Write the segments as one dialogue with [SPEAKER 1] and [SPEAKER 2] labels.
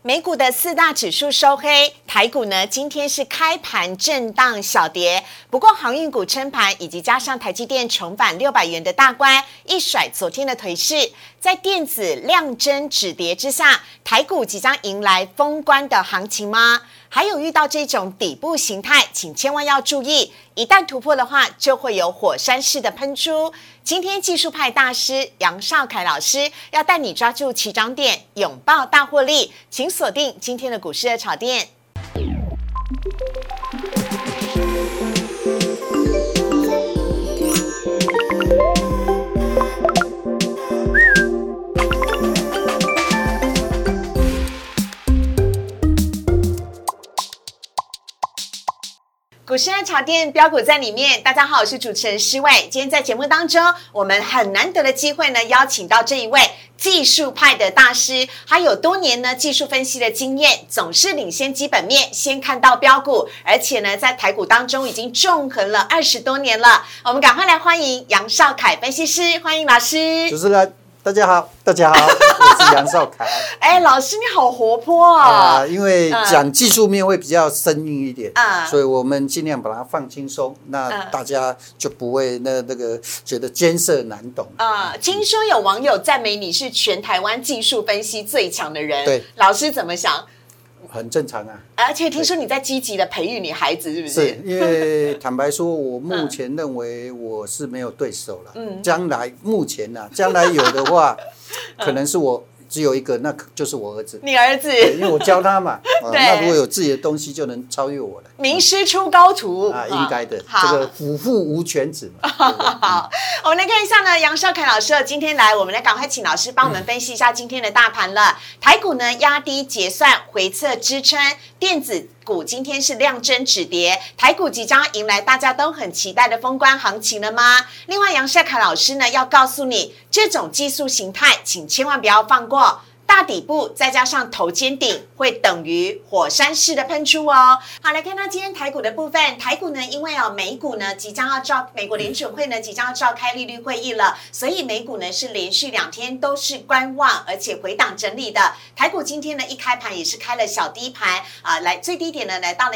[SPEAKER 1] 美股的四大指数收黑，台股呢今天是开盘震荡小跌，不过航运股撑盘，以及加上台积电重返600元的大关，一甩昨天的颓势。在电子量增止跌之下，台股即将迎来封关的行情吗？还有遇到这种底部形态，请千万要注意，一旦突破的话，就会有火山式的喷出。今天技术派大师杨少凯老师要带你抓住起涨点，拥抱大获利，请锁定今天的股市热炒店。股市热炒店标股在里面，大家好，我是主持人施伟。今天在节目当中，我们很难得的机会呢，邀请到这一位技术派的大师，还有多年呢技术分析的经验，总是领先基本面，先看到标股，而且呢在台股当中已经纵横了20多年了。我们赶快来欢迎杨少凯分析师，欢迎老师。
[SPEAKER 2] 主持人大家好，我是杨少凯。
[SPEAKER 1] 老师你好活泼哦。
[SPEAKER 2] 因为讲技术面会比较生硬一点，所以我们尽量把它放轻松，那大家就不会那个觉得艰涩难懂。
[SPEAKER 1] 听说有网友赞美你是全台湾技术分析最强的人，对，老师怎么想？
[SPEAKER 2] 很正常啊，
[SPEAKER 1] 而且听说你在积极的培育你孩子，是不是？
[SPEAKER 2] 是因为坦白说，我目前认为我是没有对手了。将来目前呢，将来有的话，可能是我只有一个，那就是我儿子。
[SPEAKER 1] 你儿子？
[SPEAKER 2] 因为我教他嘛。那如果有自己的东西，就能超越我了。
[SPEAKER 1] 名师出高徒
[SPEAKER 2] 应该的。这个虎父无犬子嘛。
[SPEAKER 1] 好，我们来看一下呢，杨少凯老师今天来，我们来赶快请老师帮我们分析一下今天的大盘了。台股呢压低结算，回测支撑，电子股今天是量增止跌，台股即将迎来大家都很期待的封关行情了吗？另外，杨少凯老师呢要告诉你，这种技术形态，请千万不要放过。大底部再加上头肩顶，会等于火山式的喷出哦。好，来看到今天台股的部分，台股呢，因为美股呢即将要美国联准会呢即将要召开利率会议了，所以美股呢是连续2天都是观望，而且回档整理的。台股今天呢一开盘也是开了小低盘来最低点呢来到了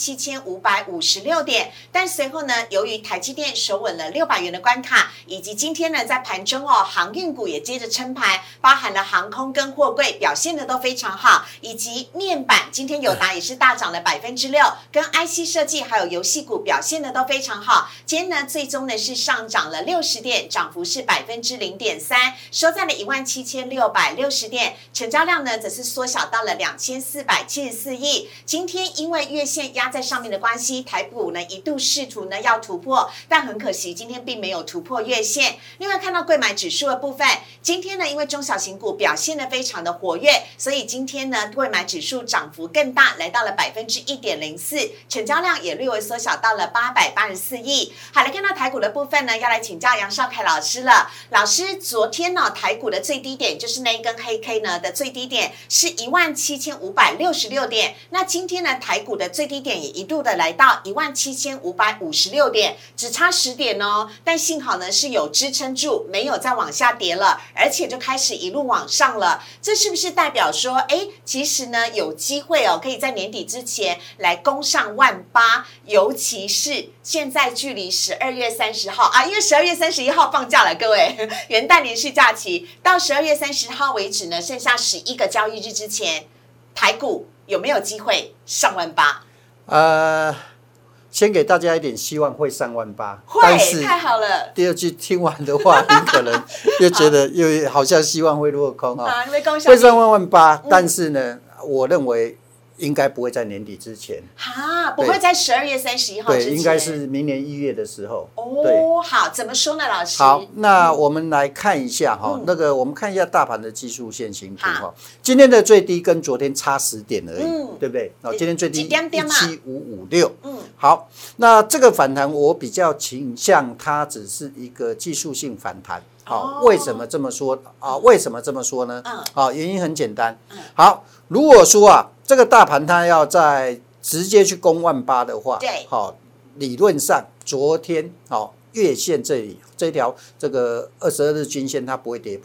[SPEAKER 1] 17556点，但随后呢，由于台积电守稳了600元的关卡，以及今天呢在盘中航运股也接着撑盘，包含了航空跟货柜表现的都非常好，以及面板今天友达也是大涨了6%，跟 IC 设计还有游戏股表现的都非常好。今天呢最终呢是上涨了60点，涨幅是0.3%，收在了17660点，成交量呢则是缩小到了2474亿。今天因为月线压在上面的关系，台股呢一度试图呢要突破，但很可惜今天并没有突破月线。另外看到柜买指数的部分，今天呢因为中小型股表现的非常的活跃，所以今天呢柜买指数涨幅更大，来到了1.04%，成交量也略微缩小到了884亿。好，来看到台股的部分呢，要来请教杨少凯老师了。老师，昨天呢台股的最低点就是那一根黑 K 呢的最低点是17566点，那今天呢台股的最低点也一度的来到17556点，只差10点哦，但幸好呢是有支撑住，没有再往下跌了，而且就开始一路往上了。这是不是代表说，其实呢有机会可以在年底之前来攻上18000，尤其是现在距离12月30号因为12月31号放假了，各位元旦连续假期到12月30号为止呢，剩下11个交易日之前，台股有没有机会上18000？
[SPEAKER 2] 先给大家一点希望会上18000，
[SPEAKER 1] 但是太好了。
[SPEAKER 2] 第二句听完的话，你可能又觉得又好像希望会落空
[SPEAKER 1] 会
[SPEAKER 2] 上18000，但是呢，我认为应该不会在年底之前
[SPEAKER 1] 不会在12月31号之前，
[SPEAKER 2] 对，应该是明年1月的时候。
[SPEAKER 1] 好，怎么说呢，老师？
[SPEAKER 2] 好，那我们来看一下我们看一下大盘的技术线形图今天的最低跟昨天差10点而已，对不对？今天最低17556。好，那这个反弹我比较倾向它只是一个技术性反弹。为什么这么说为什么这么说呢？原因很简单。好，如果说这个大盘它要在直接去攻18000的话，对，理论上昨天月线这里这条这个22日均线它不会跌破。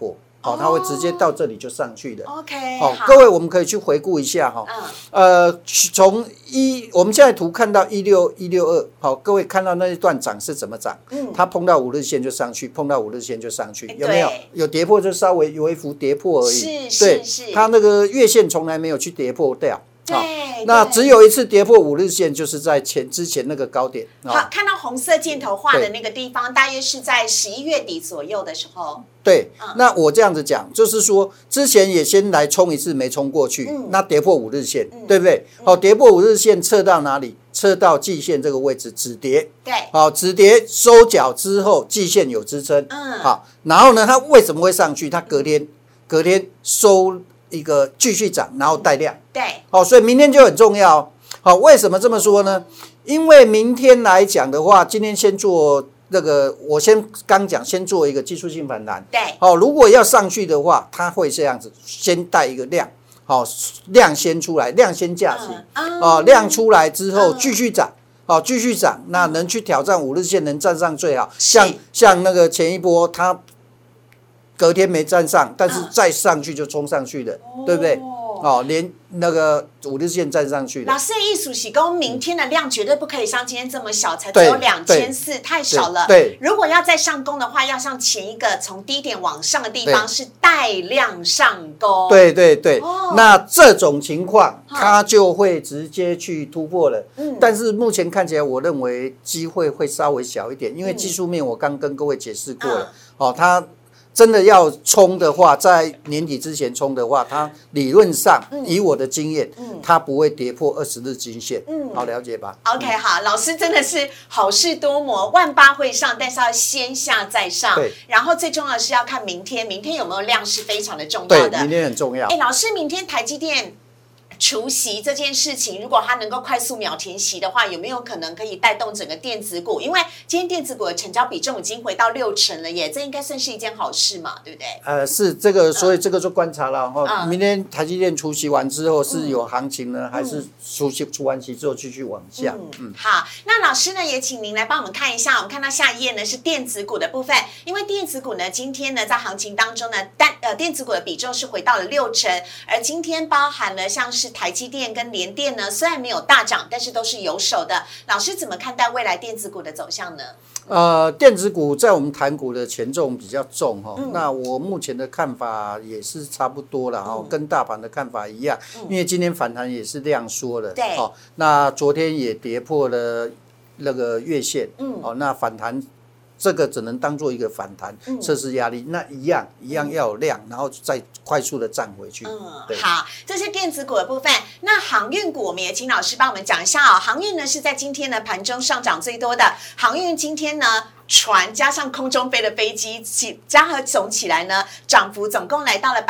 [SPEAKER 2] 好，它会直接到这里就上去的。
[SPEAKER 1] OK，
[SPEAKER 2] 好，各位我们可以去回顾一下哈。从我们现在图看到16162，好，各位看到那一段涨是怎么涨？它碰到5日线就上去，碰到5日线就上去，有没有？有跌破就稍微有一幅跌破而已。
[SPEAKER 1] 是，
[SPEAKER 2] 它那个月线从来没有去跌破掉。
[SPEAKER 1] 对，
[SPEAKER 2] 那只有一次跌破5日线，就是在之前那个高点。
[SPEAKER 1] 好，看到红色箭头画的那个地方，大约是在11月底左右的时候。
[SPEAKER 2] 对，那我这样子讲，就是说之前也先来冲一次，没冲过去，那跌破5日线，对不对？好，跌破5日线测到哪里？测到季线这个位置止跌。
[SPEAKER 1] 对，
[SPEAKER 2] 好，止跌收脚之后，季线有支撑。好，然后呢，它为什么会上去？它隔天收一个继续涨，然后带量。
[SPEAKER 1] 对，
[SPEAKER 2] 好，所以明天就很重要。好，为什么这么说呢？因为明天来讲的话，今天先做那个，我刚讲，先做一个技术性反弹。
[SPEAKER 1] 对，
[SPEAKER 2] 好，如果要上去的话，它会这样子，先带一个量，好，量先出来，量先价值，量出来之后继续涨。好，继续涨，那能去挑战5日线，能站上最好。像那个前一波，它隔天没站上，但是再上去就冲上去的，对不对？连那个5日线站上去的。
[SPEAKER 1] 老师的意思是说，明天的量绝对不可以像今天这么小，才只有2400，太少了。
[SPEAKER 2] 对，
[SPEAKER 1] 如果要再上攻的话，要像前一个从低点往上的地方是带量上攻。
[SPEAKER 2] 对，那这种情况它就会直接去突破了。但是目前看起来，我认为机会会稍微小一点，因为技术面我刚跟各位解释过了。它真的要冲的话，在年底之前冲的话，它理论上以我的经验，它不会跌破20日均线。好，了解吧
[SPEAKER 1] ？OK， 好，老师真的是好事多磨，万八会上，但是要先下再上。
[SPEAKER 2] 对，
[SPEAKER 1] 然后最重要的是要看明天有没有量是非常的重要的。
[SPEAKER 2] 对，明天很重要。
[SPEAKER 1] 老师，明天台积电除息这件事情，如果它能够快速秒填息的话，有没有可能可以带动整个电子股？因为今天电子股的成交比重已经回到60%了耶，这应该算是一件好事嘛，对不对？
[SPEAKER 2] 是这个，所以这个就观察了哈。明天台积电除息完之后是有行情呢，还是除完息之后继续往下？
[SPEAKER 1] 好，那老师呢也请您来帮我们看一下，我们看到下一页呢是电子股的部分，因为电子股呢今天呢在行情当中呢，电子股的比重是回到了60%，而今天包含了像是台积电跟联电呢，虽然没有大涨，但是都是有手的。老师怎么看待未来电子股的走向呢？
[SPEAKER 2] 电子股在我们台股的权重比较重哈，那我目前的看法也是差不多了哈，跟大盘的看法一样，因为今天反弹也是量缩了，
[SPEAKER 1] 对，
[SPEAKER 2] 那昨天也跌破了那个月线，那反弹。这个只能当做一个反弹测试压力，那一样要有量，然后再快速的站回去。
[SPEAKER 1] 好，这是电子股的部分。那航运股，我们也请老师帮我们讲一下哦。航运呢是在今天呢盘中上涨最多的。航运今天呢，船加上空中飞的飞机加和总起来呢，涨幅总共来到了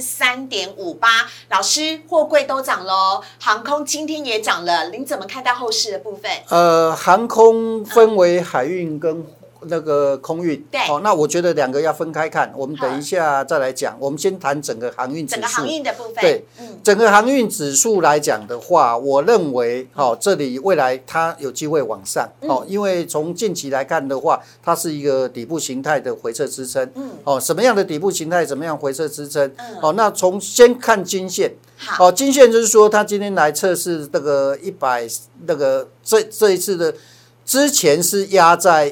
[SPEAKER 1] 3.58%。老师，货柜都涨喽，航空今天也涨了，您怎么看待后市的部分？
[SPEAKER 2] 航空分为海运跟那个空运，
[SPEAKER 1] 对，
[SPEAKER 2] 那我觉得两个要分开看，我们等一下再来讲。我们先谈整个航运指数，
[SPEAKER 1] 整个航运的部分。
[SPEAKER 2] 对，整个航运指数来讲的话，我认为，这里未来它有机会往上，因为从近期来看的话，它是一个底部形态的回撤支撑，什么样的底部形态，怎么样回撤支撑，那先看均线，均线就是说，它今天来测试这个100，那个这一次的。之前是压在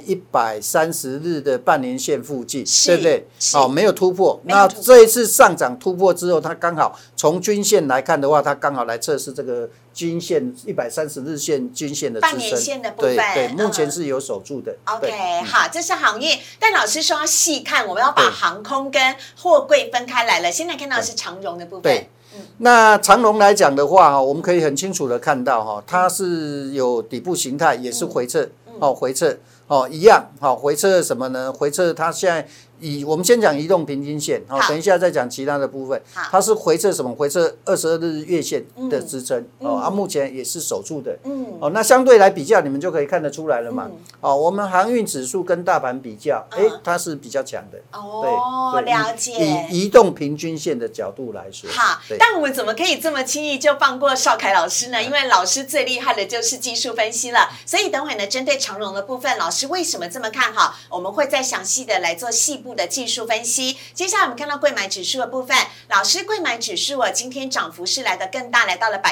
[SPEAKER 2] 130日的半年线附近，对不对？没有突破。那这一次上涨突破之后，它刚好从均线来看的话，它刚好来测试这个均线130日线均线的支撑。
[SPEAKER 1] 半年线的部分，
[SPEAKER 2] 对，目前是有守住的。
[SPEAKER 1] OK， 好，这是航运。但老师说要细看，我们要把航空跟货柜分开来了。现在看到的是长荣的部分。
[SPEAKER 2] 对。那长荣来讲的话，我们可以很清楚的看到，它是有底部形态，也是回撤，回撤，一样，回撤什么呢？回撤它现在我们先讲移动平均线，等一下再讲其他的部分。它是回撤什么？回撤22日月线的支撑，目前也是守住的。那相对来比较，你们就可以看得出来了嘛。我们航运指数跟大盘比较，它是比较强的。
[SPEAKER 1] 对，了解。
[SPEAKER 2] 以移动平均线的角度来说，
[SPEAKER 1] 好，但我们怎么可以这么轻易就放过邵凯老师呢？因为老师最厉害的就是技术分析了。所以等会呢，针对长荣的部分，老师为什么这么看好？我们会再详细的来做细部步的技术分析。接下来我们看到柜买指数的部分，老师柜买指数今天涨幅是来得更大，来到了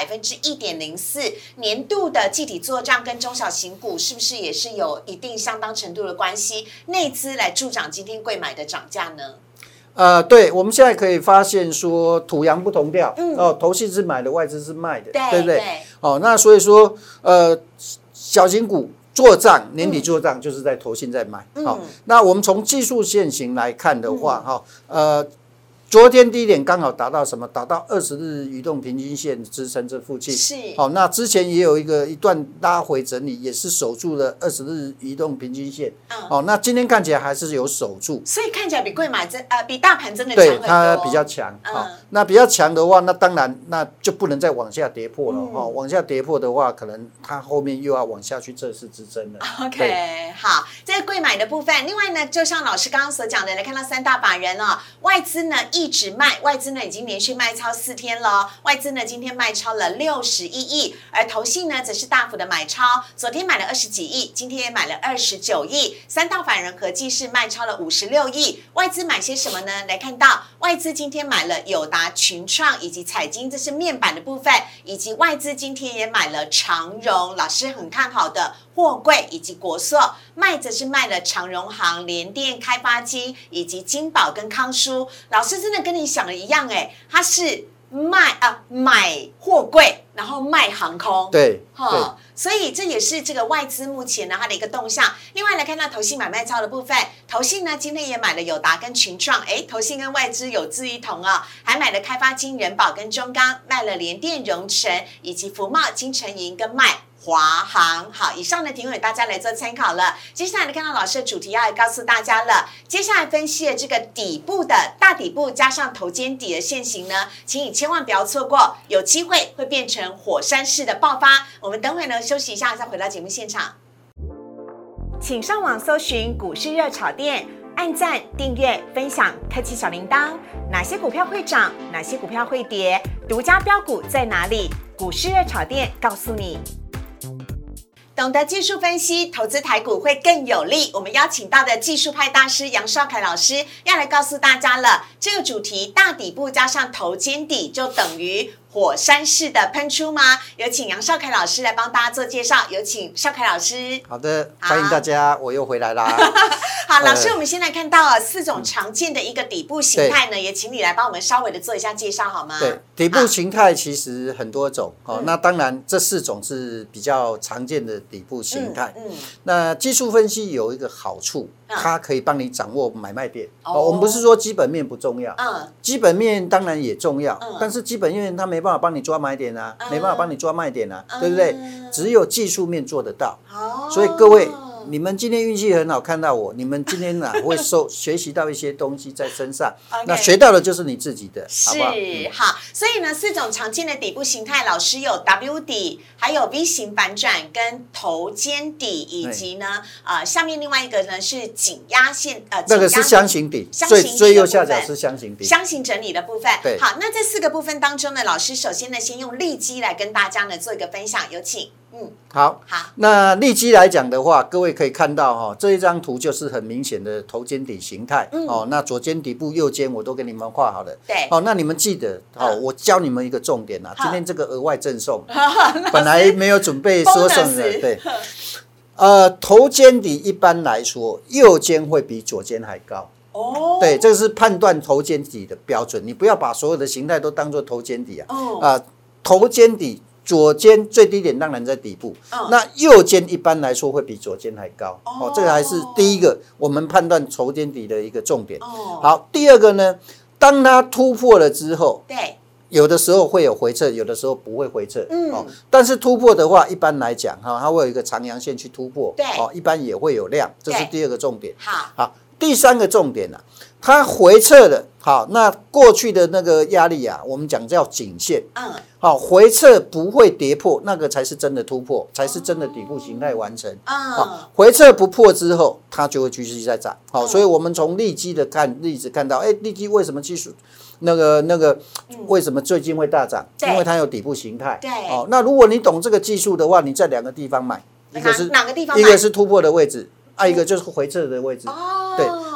[SPEAKER 1] 1.04%。年度的季底作账跟中小型股是不是也是有一定相当程度的关系？内资来助长今天柜买的涨价呢？
[SPEAKER 2] 对，我们现在可以发现说土洋不同调，投信是买的，外资是卖的，对不对？那所以说小型股做账，年底做账就是在投信在买。那我们从技术线型来看的话，昨天低点刚好达到什么？达到20日移动平均线支撑这附近。
[SPEAKER 1] 是。
[SPEAKER 2] 那之前也有一段拉回整理，也是守住了20日移动平均线。那今天看起来还是有守住。
[SPEAKER 1] 所以看起来比比大盘真的强很多。
[SPEAKER 2] 对，它比较强。那比较强的话，那当然那就不能再往下跌破了。往下跌破的话，可能它后面又要往下去测试支撑了。
[SPEAKER 1] OK， 好，这个柜买的部分，另外呢，就像老师刚刚所讲的，来看到三大法人外资呢一直卖，外资呢已经连续卖超4天了，外资呢今天卖超了61亿，而投信呢则是大幅的买超，昨天买了20几亿，今天也买了29亿，三大法人合计是卖超了56亿。外资买些什么呢？来看到外资今天买了友达、群创以及彩晶，这是面板的部分，以及外资今天也买了长荣，老师很看好的货柜以及国塑，卖则是卖了长荣航、联电、开发金以及金宝跟康舒。老师真的跟你想的一样，他是买货柜，然后卖航空。
[SPEAKER 2] 对，
[SPEAKER 1] 所以这也是这个外资目前呢它的一个动向。另外来看到投信买卖超的部分，投信呢今天也买了友达跟群创，投信跟外资有志一同还买了开发金、人保跟中钢，卖了联电、荣成以及福茂、金城银跟卖华航。好，以上的提供给大家来做参考了。接下来看到老师的主题要来告诉大家了，接下来分析的这个底部的大底部加上头肩底的线型呢，请你千万不要错过，有机会会变成火山式的爆发。我们等会呢休息一下，再回到节目现场。请上网搜寻股市热炒店，按赞、订阅、分享，开启小铃铛。哪些股票会涨？哪些股票会跌？独家标股在哪里？股市热炒店告诉你。懂得技术分析，投资台股会更有利。我们邀请到的技术派大师杨少凯老师要来告诉大家了，这个主题大底部加上头肩底就等于火山式的喷出吗？有请杨少凯老师来帮大家做介绍。有请少凯老师。
[SPEAKER 2] 好的，欢迎大家，我又回来啦。
[SPEAKER 1] 好，老师，我们现在看到4种常见的一个底部形态呢，也请你来帮我们稍微的做一下介绍好吗？
[SPEAKER 2] 对，底部形态其实很多种那当然这4种是比较常见的底部形态。那技术分析有一个好处，它可以帮你掌握买卖点。我们不是说基本面不重要，基本面当然也重要，但是基本面它没办法帮你抓买点没办法帮你抓卖点对不对？只有技术面做得到。所以各位，你们今天运气很好，看到我，你们今天会学习到一些东西在身上，那学到的就是你自己的，好不好？
[SPEAKER 1] 好，所以呢，4种常见的底部形态，老师有 W 底，还有 V 型反转跟头肩底，以及呢，下面另外一个呢是颈压线，
[SPEAKER 2] 那个是箱型底，最右下角是箱型底，
[SPEAKER 1] 箱型整理的部分。
[SPEAKER 2] 对，
[SPEAKER 1] 好，那这4个部分当中呢，老师首先呢，先用利基来跟大家呢做一个分享，有请。
[SPEAKER 2] 好，那利基来讲的话，各位可以看到这一张图就是很明显的头肩底形态。那左肩底部、右肩我都给你们画好了。
[SPEAKER 1] 对，
[SPEAKER 2] 那你们记得我教你们一个重点今天这个额外赠送，本来没有准备说送的。对，头肩底一般来说，右肩会比左肩还高。对，这是判断头肩底的标准，你不要把所有的形态都当做头肩底头肩底。左肩最低点当然在底部，那右肩一般来说会比左肩还高。这个还是第一个我们判断头肩底的一个重点。好，第二个呢，当它突破了之后，
[SPEAKER 1] 对，
[SPEAKER 2] 有的时候会有回撤，有的时候不会回撤。但是突破的话，一般来讲它会有一个长阳线去突破，
[SPEAKER 1] 对，
[SPEAKER 2] 一般也会有量，这是第二个重点。
[SPEAKER 1] 好，
[SPEAKER 2] 第3个重点它回撤了。好，那过去的那个压力我们讲叫颈线。好，回撤不会跌破，那个才是真的突破，才是真的底部形态完成。好，回撤不破之后，它就会继续再涨。好，所以我们从利基的例子看到，利基为什么技术那个为什么最近会大涨？因为它有底部形态。
[SPEAKER 1] 对。
[SPEAKER 2] 那如果你懂这个技术的话，你在2个地方买，
[SPEAKER 1] 哪个地方买？
[SPEAKER 2] 一个是突破的位置，一个就是回撤的位置。对，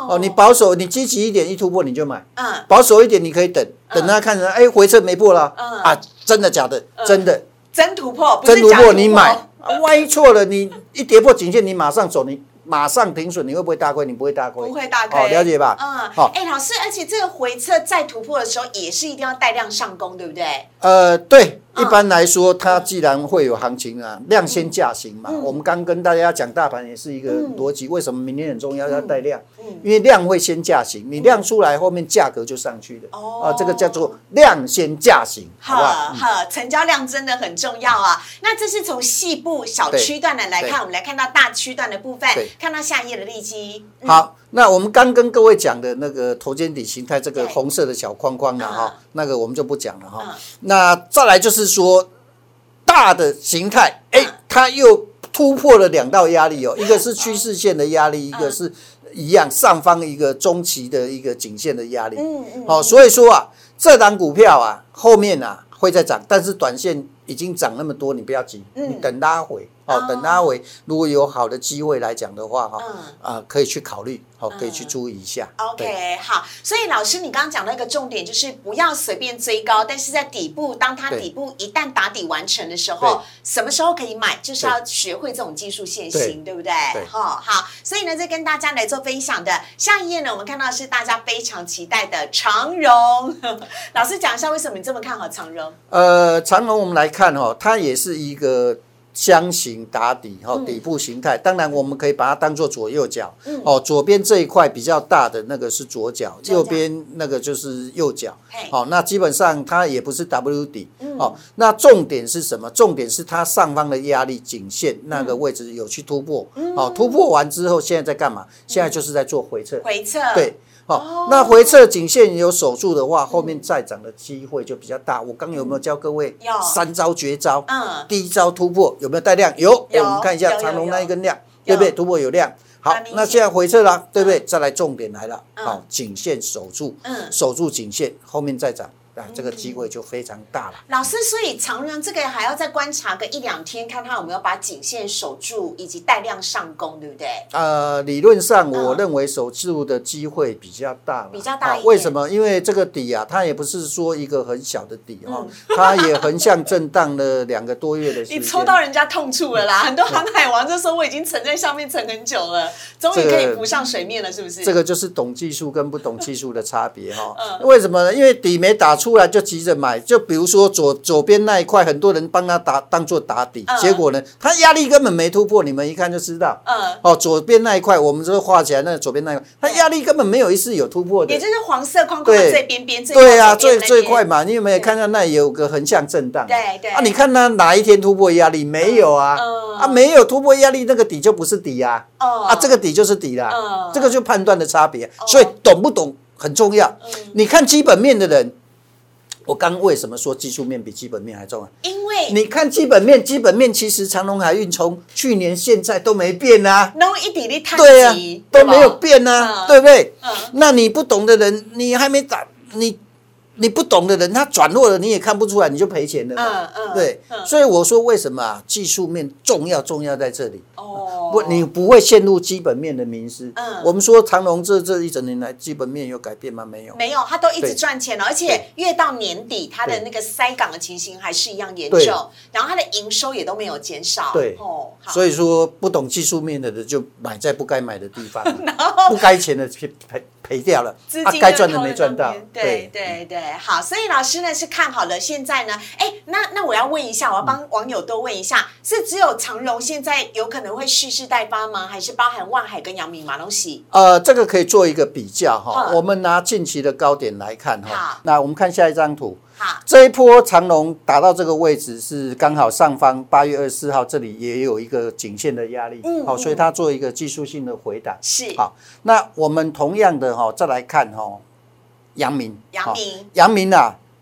[SPEAKER 2] 哦，你保守，你积极一点，一突破你就买。保守一点，你可以等它看着，哎，回撤没破了。真的假的？真的。
[SPEAKER 1] 真突破，
[SPEAKER 2] 真突破你买，万一错了，你一跌破颈线，你马上走，你马上停损，你会不会大亏？你不会大亏，
[SPEAKER 1] 不会大亏，
[SPEAKER 2] 了解吧？
[SPEAKER 1] 好，老师，而且这个回撤再突破的时候，也是一定要带量上攻，对不对？
[SPEAKER 2] 对，一般来说，它既然会有行情啊，量先价行嘛。我们刚跟大家讲，大盘也是一个逻辑。为什么明天很重要要带量？因为量会先价行，你量出来，后面价格就上去了。这个叫做量先价行，好不好？
[SPEAKER 1] 成交量真的很重要啊。那这是从细部小区段的来看，我们来看到大区段的部分，看到下一页的利基。
[SPEAKER 2] 好，那我们刚跟各位讲的那个头肩底形态，这个红色的小框框的哈，那个我们就不讲了哈。那再来就是说大的形态，它又突破了2道压力哦，一个是趋势线的压力，一个是一样上方一个中期的一个颈线的压力。所以说啊，这档股票啊，后面啊会再涨，但是短线已经涨那么多，你不要急，你等拉回。等拉回，如果有好的机会来讲的话，可以去考虑，可以去注意一下。
[SPEAKER 1] OK， 好，所以老师，你刚刚讲到一个重点，就是不要随便追高，但是在底部，当它底部一旦打底完成的时候，什么时候可以买，就是要学会这种技术线型，对不对？好，所以呢，再跟大家来做分享的下一页呢，我们看到的是大家非常期待的长荣。老师讲一下，为什么你这么看好长荣？
[SPEAKER 2] 长荣我们来看它也是一个箱型打底底部形态，当然我们可以把它当做左右脚。左边这一块比较大的那个是左脚，右边那个就是右脚。那基本上它也不是 W 底。那重点是什么？重点是它上方的压力颈线那个位置有去突破。突破完之后，现在在干嘛？现在就是在做回撤。对。那回撤颈线有守住的话，后面再涨的机会就比较大。我刚有没有教各位3招绝招？第一招突破有没有带量？有。我们看一下长荣那一根量，对不对？突破有量。好，那现在回撤了，对不对？再来重点来了，颈线守住，守住颈线，后面再涨。这个机会就非常大了。
[SPEAKER 1] 老师，所以长荣这个还要再观察个1-2天，看他有没有把颈线守住，以及带量上攻，对不对？
[SPEAKER 2] 理论上我认为守住的机会比较大，
[SPEAKER 1] 比较大一点。
[SPEAKER 2] 为什么？因为这个底啊，它也不是说一个很小的底它也横向震荡了2个多月的时间。
[SPEAKER 1] 你抽到人家痛处了啦！很多航海王就说我已经沉在上面沉很久了，终于可以浮上水面了，是不是？
[SPEAKER 2] 这个就是懂技术跟不懂技术的差别为什么呢？因为底没打出来就急着买，就比如说左边那一块，很多人帮他当做打底，结果呢，他压力根本没突破，你们一看就知道。左边那一块，我们就画起来，那左边那一块，它压力根本没有一次有突破的，
[SPEAKER 1] 也就是黄色框框的最边边，
[SPEAKER 2] 对啊，最快嘛，你有没有看到那有个横向震荡？
[SPEAKER 1] 对
[SPEAKER 2] 你看它哪一天突破压力没有啊？没有突破压力，那个底就不是底啊。这个底就是底啦。这个就判断的差别，所以懂不懂很重要。你看基本面的人。我刚为什么说技术面比基本面还重要？
[SPEAKER 1] 因为
[SPEAKER 2] 你看基本面其实长荣海运从去年现在都没变啊，
[SPEAKER 1] 对
[SPEAKER 2] 啊，都没有变啊，对不对？那你不懂的人，你还没打你不懂的人，他转弱了，你也看不出来，你就赔钱了嘛。对，所以我说为什么技术面重要在这里。你不会陷入基本面的迷失。我们说长荣这一整年来基本面有改变吗？没有，
[SPEAKER 1] 没有，它都一直赚钱了，而且越到年底，它的那个塞港的情形还是一样严重，然后它的营收也都没有减少。
[SPEAKER 2] 对，所以说不懂技术面的人就买在不该买的地方，不该钱的赔掉了，该赚的没赚到。
[SPEAKER 1] 对，好，所以老师呢是看好了现在呢，那我要问一下，我要帮网友多问一下，是只有长荣现在有可能会蓄势待发吗？还是包含万海跟阳明马东锡？
[SPEAKER 2] 这个可以做一个比较我们拿近期的高点来看那我们看下一张图。这一波长荣打到这个位置是刚好上方8月24号这里也有一个颈线的压力，所以它做一个技术性的回档。
[SPEAKER 1] 是。
[SPEAKER 2] 好，那我们同样的再来看阳明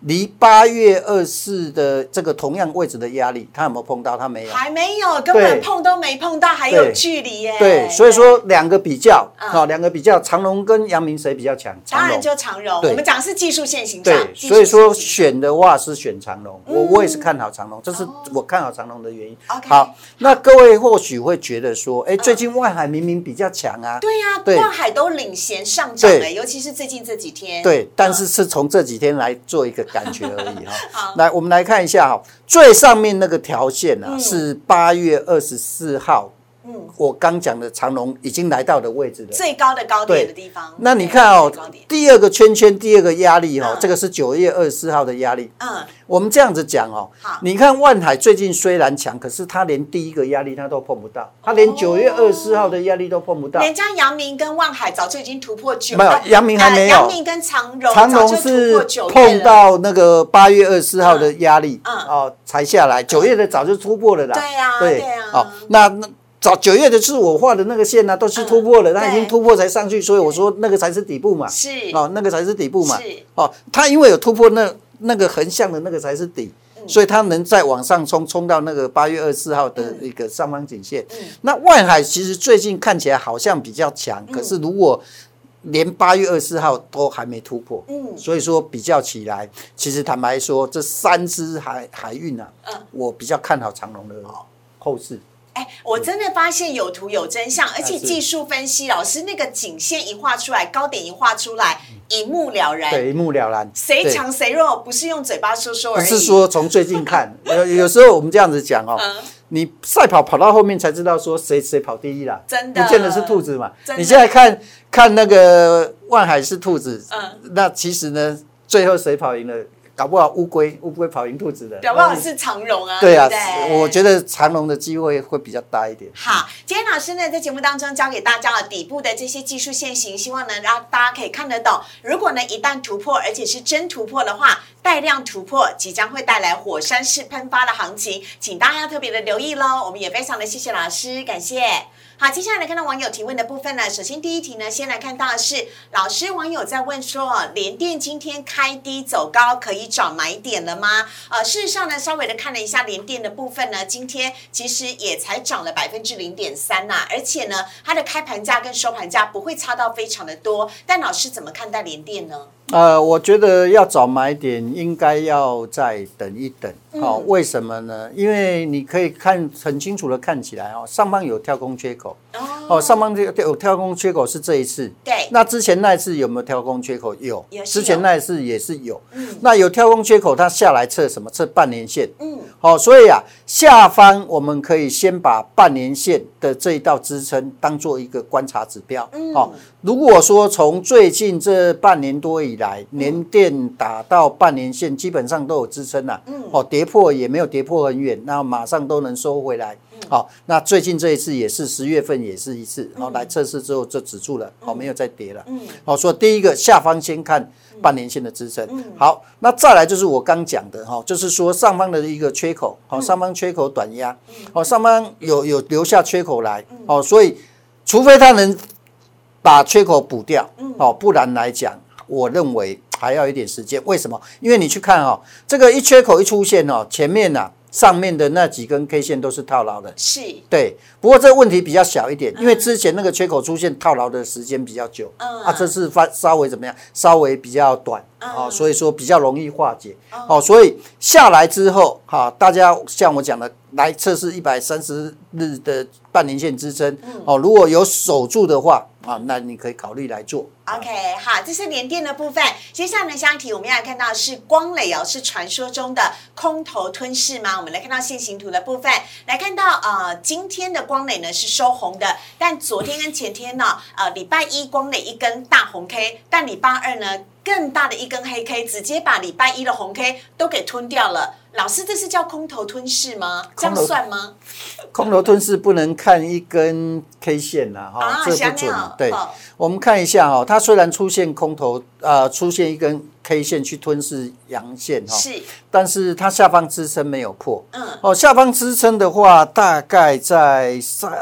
[SPEAKER 2] 离8月24的这个同样位置的压力，它有没有碰到？它没有，
[SPEAKER 1] 还没有，根本碰都没碰到，还有距离耶。
[SPEAKER 2] 对，所以说两个比较，两个比较，长荣跟阳明谁比较强？
[SPEAKER 1] 当然就长荣。我们讲的是技术线型上，
[SPEAKER 2] 对，所以说选的话是选长荣，我也是看好长荣，这是我看好长荣的原因。好，那各位或许会觉得说，哎，最近万海明明比较强啊。
[SPEAKER 1] 对呀，万海都领衔上涨了，尤其是最近这几天。
[SPEAKER 2] 对，但是是从这几天来做一个感觉而已哈。来，我们来看一下哈，最上面那个条线啊，是8月24号。我刚讲的长荣已经来到的位置了，
[SPEAKER 1] 最高的高点的地方。
[SPEAKER 2] 那你看哦，第二个圈圈，第二个压力哦，这个是9月24号的压力。我们这样子讲哦，你看万海最近虽然强，可是它连第一个压力它都碰不到，它连9月24号的压力都碰不到。
[SPEAKER 1] 人家阳明跟万海早就已经突破9，
[SPEAKER 2] 没有，阳明还没有。
[SPEAKER 1] 阳明跟长荣
[SPEAKER 2] 是碰到那个8月24号的压力才下来，9月的早就突破了啦。
[SPEAKER 1] 对啊，
[SPEAKER 2] 那早9月的是我画的那个线都是突破了，它已经突破才上去，所以我说那个才是底部嘛。
[SPEAKER 1] 是
[SPEAKER 2] 那个才是底部嘛。它因为有突破那个横向的那个才是底，所以它能再往上冲到那个8月24号的一个上方颈线。那万海其实最近看起来好像比较强，可是如果连8月24号都还没突破，所以说比较起来，其实坦白说，这3只海运啊，我比较看好长荣的后市。
[SPEAKER 1] 我真的发现有图有真相，而且技术分析老师那个颈线一画出来，高点一画出来，一目了然。
[SPEAKER 2] 对，一目了然。
[SPEAKER 1] 谁强谁弱，不是用嘴巴说说而已。
[SPEAKER 2] 不是说从最近看，有时候我们这样子讲你赛跑到后面才知道说谁跑第一啦，
[SPEAKER 1] 真的，
[SPEAKER 2] 不见得是兔子嘛。你现在看那个万海是兔子，那其实呢，最后谁跑赢了？搞不好乌龟跑赢兔子的，
[SPEAKER 1] 搞不好是长荣啊。
[SPEAKER 2] 对啊，我觉得长荣的机会会比较大一点。
[SPEAKER 1] 好，今天老师呢在节目当中教给大家了底部的这些技术线型，希望呢让大家可以看得懂。如果呢一旦突破，而且是真突破的话，带量突破即将会带来火山式喷发的行情，请大家要特别的留意咯。我们也非常的谢谢老师，感谢。好，接下来看到网友提问的部分呢，首先第一题呢，先来看到的是老师网友在问说，联电今天开低走高，可以找买点了吗？事实上呢，稍微的看了一下联电的部分呢，今天其实也才涨了0.3%呐，而且呢，它的开盘价跟收盘价不会差到非常的多。但老师怎么看待联电呢？
[SPEAKER 2] 我觉得要找买点，应该要再等一等。为什么呢？因为你可以看很清楚的看起来上方有跳空缺口。上方有跳空缺口是这一次。
[SPEAKER 1] 对。
[SPEAKER 2] 那之前那一次有没有跳空缺口？有。之前那一次也是有。那有跳空缺口，它下来测什么？测半年线。所以下方我们可以先把半年线的这一道支撑当做一个观察指标。如果说从最近这半年多以来，联电打到半年线，基本上都有支撑啦。跌破也没有跌破很远，那马上都能收回来。那最近这一次也是10月份也是一次，来测试之后就止住了，没有再跌了。所以第一个下方先看半年线的支撑。好，那再来就是我刚讲的就是说上方的一个缺口，上方缺口短压，上方有留下缺口来，所以除非它能把缺口补掉，不然来讲，我认为还要一点时间。为什么？因为你去看这个一缺口一出现前面上面的那几根 K 线都是套牢的，
[SPEAKER 1] 是
[SPEAKER 2] 对。不过这个问题比较小一点，因为之前那个缺口出现套牢的时间比较久，这次稍微怎么样？稍微比较短，所以说比较容易化解。所以下来之后，大家像我讲的，来测试130日的半年线支撑，如果有守住的话，那你可以考虑来做。
[SPEAKER 1] OK， 好，这是联电的部分。接下来呢，下一题我们要来看到的是光磊是传说中的空头吞噬吗？我们来看到线形图的部分，来看到今天的光磊呢是收红的，但昨天跟前天呢，礼拜一光磊一根大红 K， 但礼拜二呢更大的一根黑 K， 直接把礼拜一的红 K 都给吞掉了。老师，这是叫空头吞噬吗？这样算吗？
[SPEAKER 2] 空头吞噬不能看一根 K 线这不准。对，我们看一下它虽然出现空头，出现一根 K 线去吞噬阳线
[SPEAKER 1] 是，
[SPEAKER 2] 但是它下方支撑没有破。下方支撑的话，大概在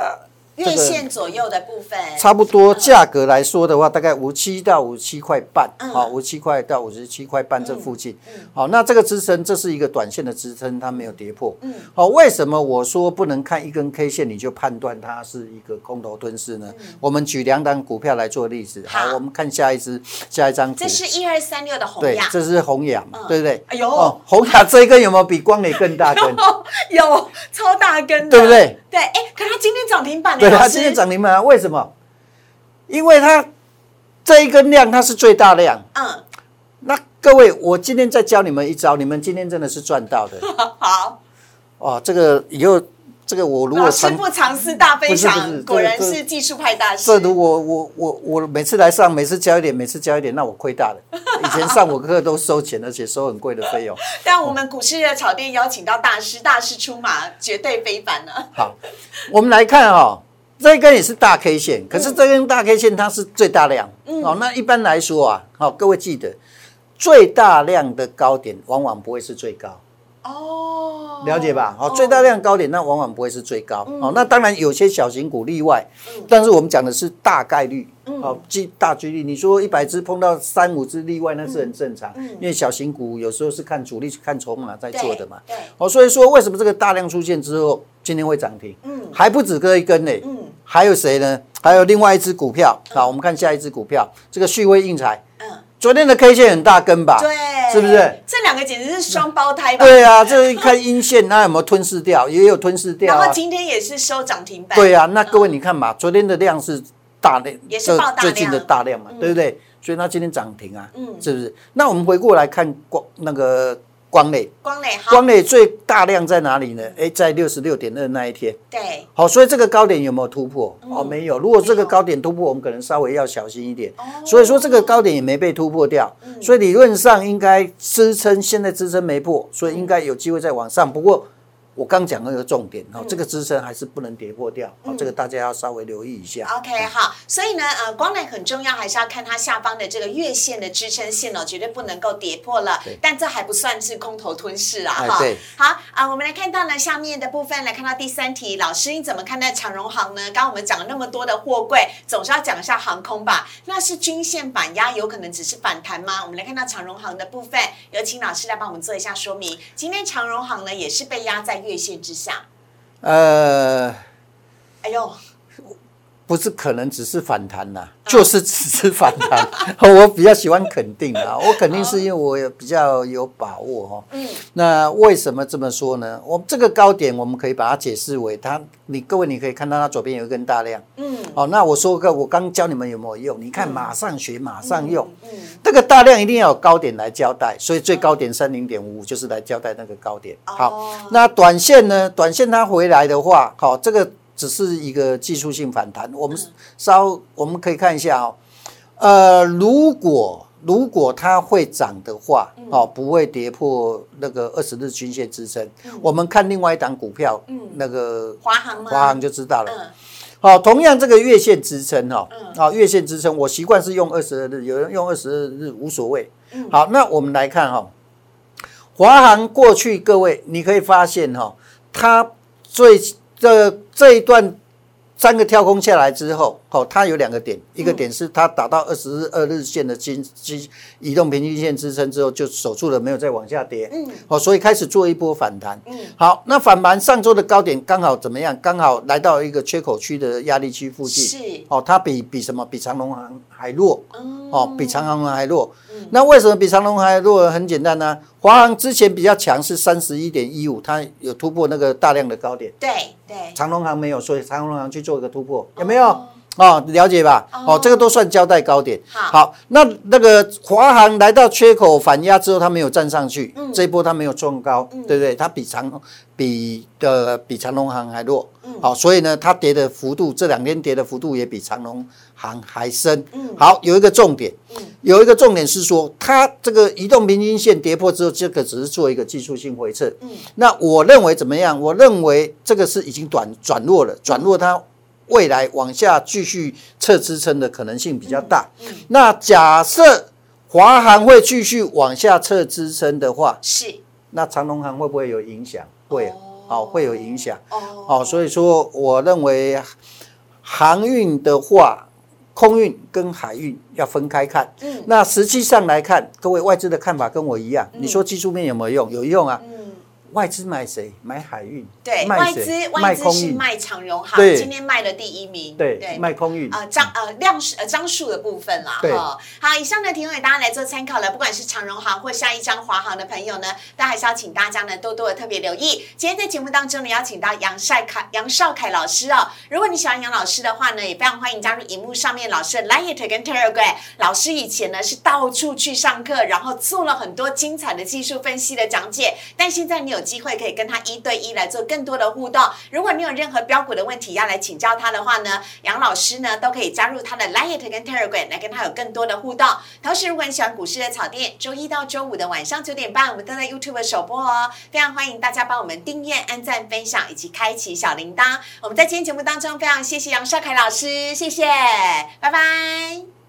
[SPEAKER 1] 月线左右的部分，
[SPEAKER 2] 差不多价格来说的话，大概57到57块半，好，57块到57块半这附近，好，那这个支撑，这是一个短线的支撑，它没有跌破，好，为什么我说不能看一根 K 线你就判断它是一个空头吞噬呢？我们举2档股票来做例子，好，我们看下一张图，
[SPEAKER 1] 这是1236的宏亚，
[SPEAKER 2] 对，这是宏亚嘛，对不对？
[SPEAKER 1] 哎呦，
[SPEAKER 2] 宏亚这一根有没有比光磊更大根？
[SPEAKER 1] 有，超大根的，
[SPEAKER 2] 对不对？
[SPEAKER 1] 对，哎，可它今天涨停板，
[SPEAKER 2] 对，它今天涨停板，为什么？因为它这一根量它是最大量。那各位，我今天再教你们一招，你们今天真的是赚到的。
[SPEAKER 1] 好。
[SPEAKER 2] 哦，这个以后这个我如果
[SPEAKER 1] 老师不藏私大分享，果然是技术派大师。
[SPEAKER 2] 这如果我每次来上，每次教一点，那我亏大了。以前上我课都收钱，而且收很贵的费用。
[SPEAKER 1] 但我们股市的炒店邀请到大师出马，绝对非凡呢。
[SPEAKER 2] 好，我们来看这一根也是大 K 线，可是这根大 K 线它是最大量。那一般来说啊，各位记得，最大量的高点往往不会是最高。了解吧？最大量高点那往往不会是最高。那当然有些小型股例外，但是我们讲的是大概率。大几率，你说100只碰到3、5只例外，那是很正常。因为小型股有时候是看主力、看筹码在做的嘛。所以说为什么这个大量出现之后，今天会涨停？还不止这一根呢。还有谁呢？还有另外一只股票。好，我们看下一只股票，这个旭辉印材。昨天的 K 线很大根吧？
[SPEAKER 1] 对，
[SPEAKER 2] 是不是？
[SPEAKER 1] 这2个简直是双胞胎吧？
[SPEAKER 2] 对啊，这一看阴线，那有没有吞噬掉？也有吞噬掉。
[SPEAKER 1] 然后今天也是收涨停板。
[SPEAKER 2] 对啊，那各位你看嘛，昨天的量是大量，
[SPEAKER 1] 也是爆大量，
[SPEAKER 2] 最近的大量嘛，对不对？所以它今天涨停啊，是不是？那我们回过来看光磊最大量在哪里呢？在66.2那一天。
[SPEAKER 1] 对。
[SPEAKER 2] 好，所以这个高点有没有突破？没有。如果这个高点突破，我们可能稍微要小心一点。所以说这个高点也没被突破掉，所以理论上应该支撑，现在支撑没破，所以应该有机会再往上。不过我刚讲那个重点，这个支撑还是不能跌破掉，这个大家要稍微留意一下。
[SPEAKER 1] OK， 好，所以呢，光磊很重要，还是要看它下方的这个月线的支撑线绝对不能够跌破了。但这还不算是空头吞噬啊，哈。好我们来看到呢下面的部分，来看到第3题，老师你怎么看待长荣航呢？刚刚我们讲了那么多的货柜，总是要讲一下航空吧？那是均线反压，有可能只是反弹吗？我们来看到长荣航的部分，有请老师来帮我们做一下说明。今天长荣航呢也是被压在月线之下。哎呦，
[SPEAKER 2] 不是可能只是反弹啦，就是只是反弹。我比较喜欢肯定啦，我肯定是因为我也比较有把握那为什么这么说呢？我们这个高点我们可以把它解释为各位你可以看到它左边有一根大量。那我刚教你们有没有用？你看马上学马上用。这个大量一定要有高点来交代，所以最高点30.55就是来交代那个高点。好，那短线呢？短线它回来的话，这个只是一个技术性反弹。我们可以看一下如果它会涨的话，不会跌破那个20日均线支撑。我们看另外一档股票，那个华航就知道了。好，同样这个月线支撑月线支撑，我习惯是用22日，有人用22日无所谓。好，那我们来看华航过去各位你可以发现它这一段3个跳空下来之后，它有2个点，一个点是它打到22日线的移动平均线支撑之后就守住了，没有再往下跌，所以开始做一波反弹。好，那反弹上周的高点刚好怎么样？刚好来到一个缺口区的压力区附近，是它比什么？比长荣航还弱，比长荣航还弱。那为什么比长荣还弱？很简单啊，华航之前比较强是31.15，它有突破那个大量的高点。
[SPEAKER 1] 对，
[SPEAKER 2] 长荣航没有，所以长荣航去做一个突破，有没有？了解吧？这个都算交代高点。好，那个华航来到缺口反压之后，它没有站上去，这一波它没有创高，对不对？它比长荣航还弱。好，所以呢，它跌的幅度，这2天跌的幅度也比长荣航还深。好，有一个重点是说，它这个移动平均线跌破之后，这个只是做一个技术性回撤。那我认为怎么样？我认为这个是已经转弱了，它未来往下继续测支撑的可能性比较大。那假设华航会继续往下测支撑的话，那长荣航会不会有影响？会有影响。所以说我认为航运的话，空运跟海运要分开看。那实际上来看，各位外资的看法跟我一样。你说技术面有没有用？有用啊。外资买谁？买海运。
[SPEAKER 1] 对，外资是卖长荣航，今天卖了第1名。
[SPEAKER 2] 对，卖空运。
[SPEAKER 1] 张数的部分啦。
[SPEAKER 2] 对。
[SPEAKER 1] 好，以上呢提供给大家来做参考了。不管是长荣航或下一张华航的朋友呢，但还是要请大家呢多多的特别留意。今天在节目当中呢，邀请到杨少凯老师哦。如果你喜欢杨老师的话呢，也非常欢迎加入荧幕上面老师的 Line 跟 Telegram。老师以前呢是到处去上课，然后做了很多精彩的技术分析的讲解，但现在你有机会可以跟他1对1来做更多的互动。如果你有任何标股的问题要来请教他的话呢，杨老师呢都可以加入他的 Line 跟 Telegram 来跟他有更多的互动。同时，如果你喜欢股市的草甸，周1到周5的晚上9点半，我们都在 YouTube 首播哦。非常欢迎大家帮我们订阅、按赞、分享以及开启小铃铛。我们在今天节目当中非常谢谢杨少凯老师，谢谢，拜拜。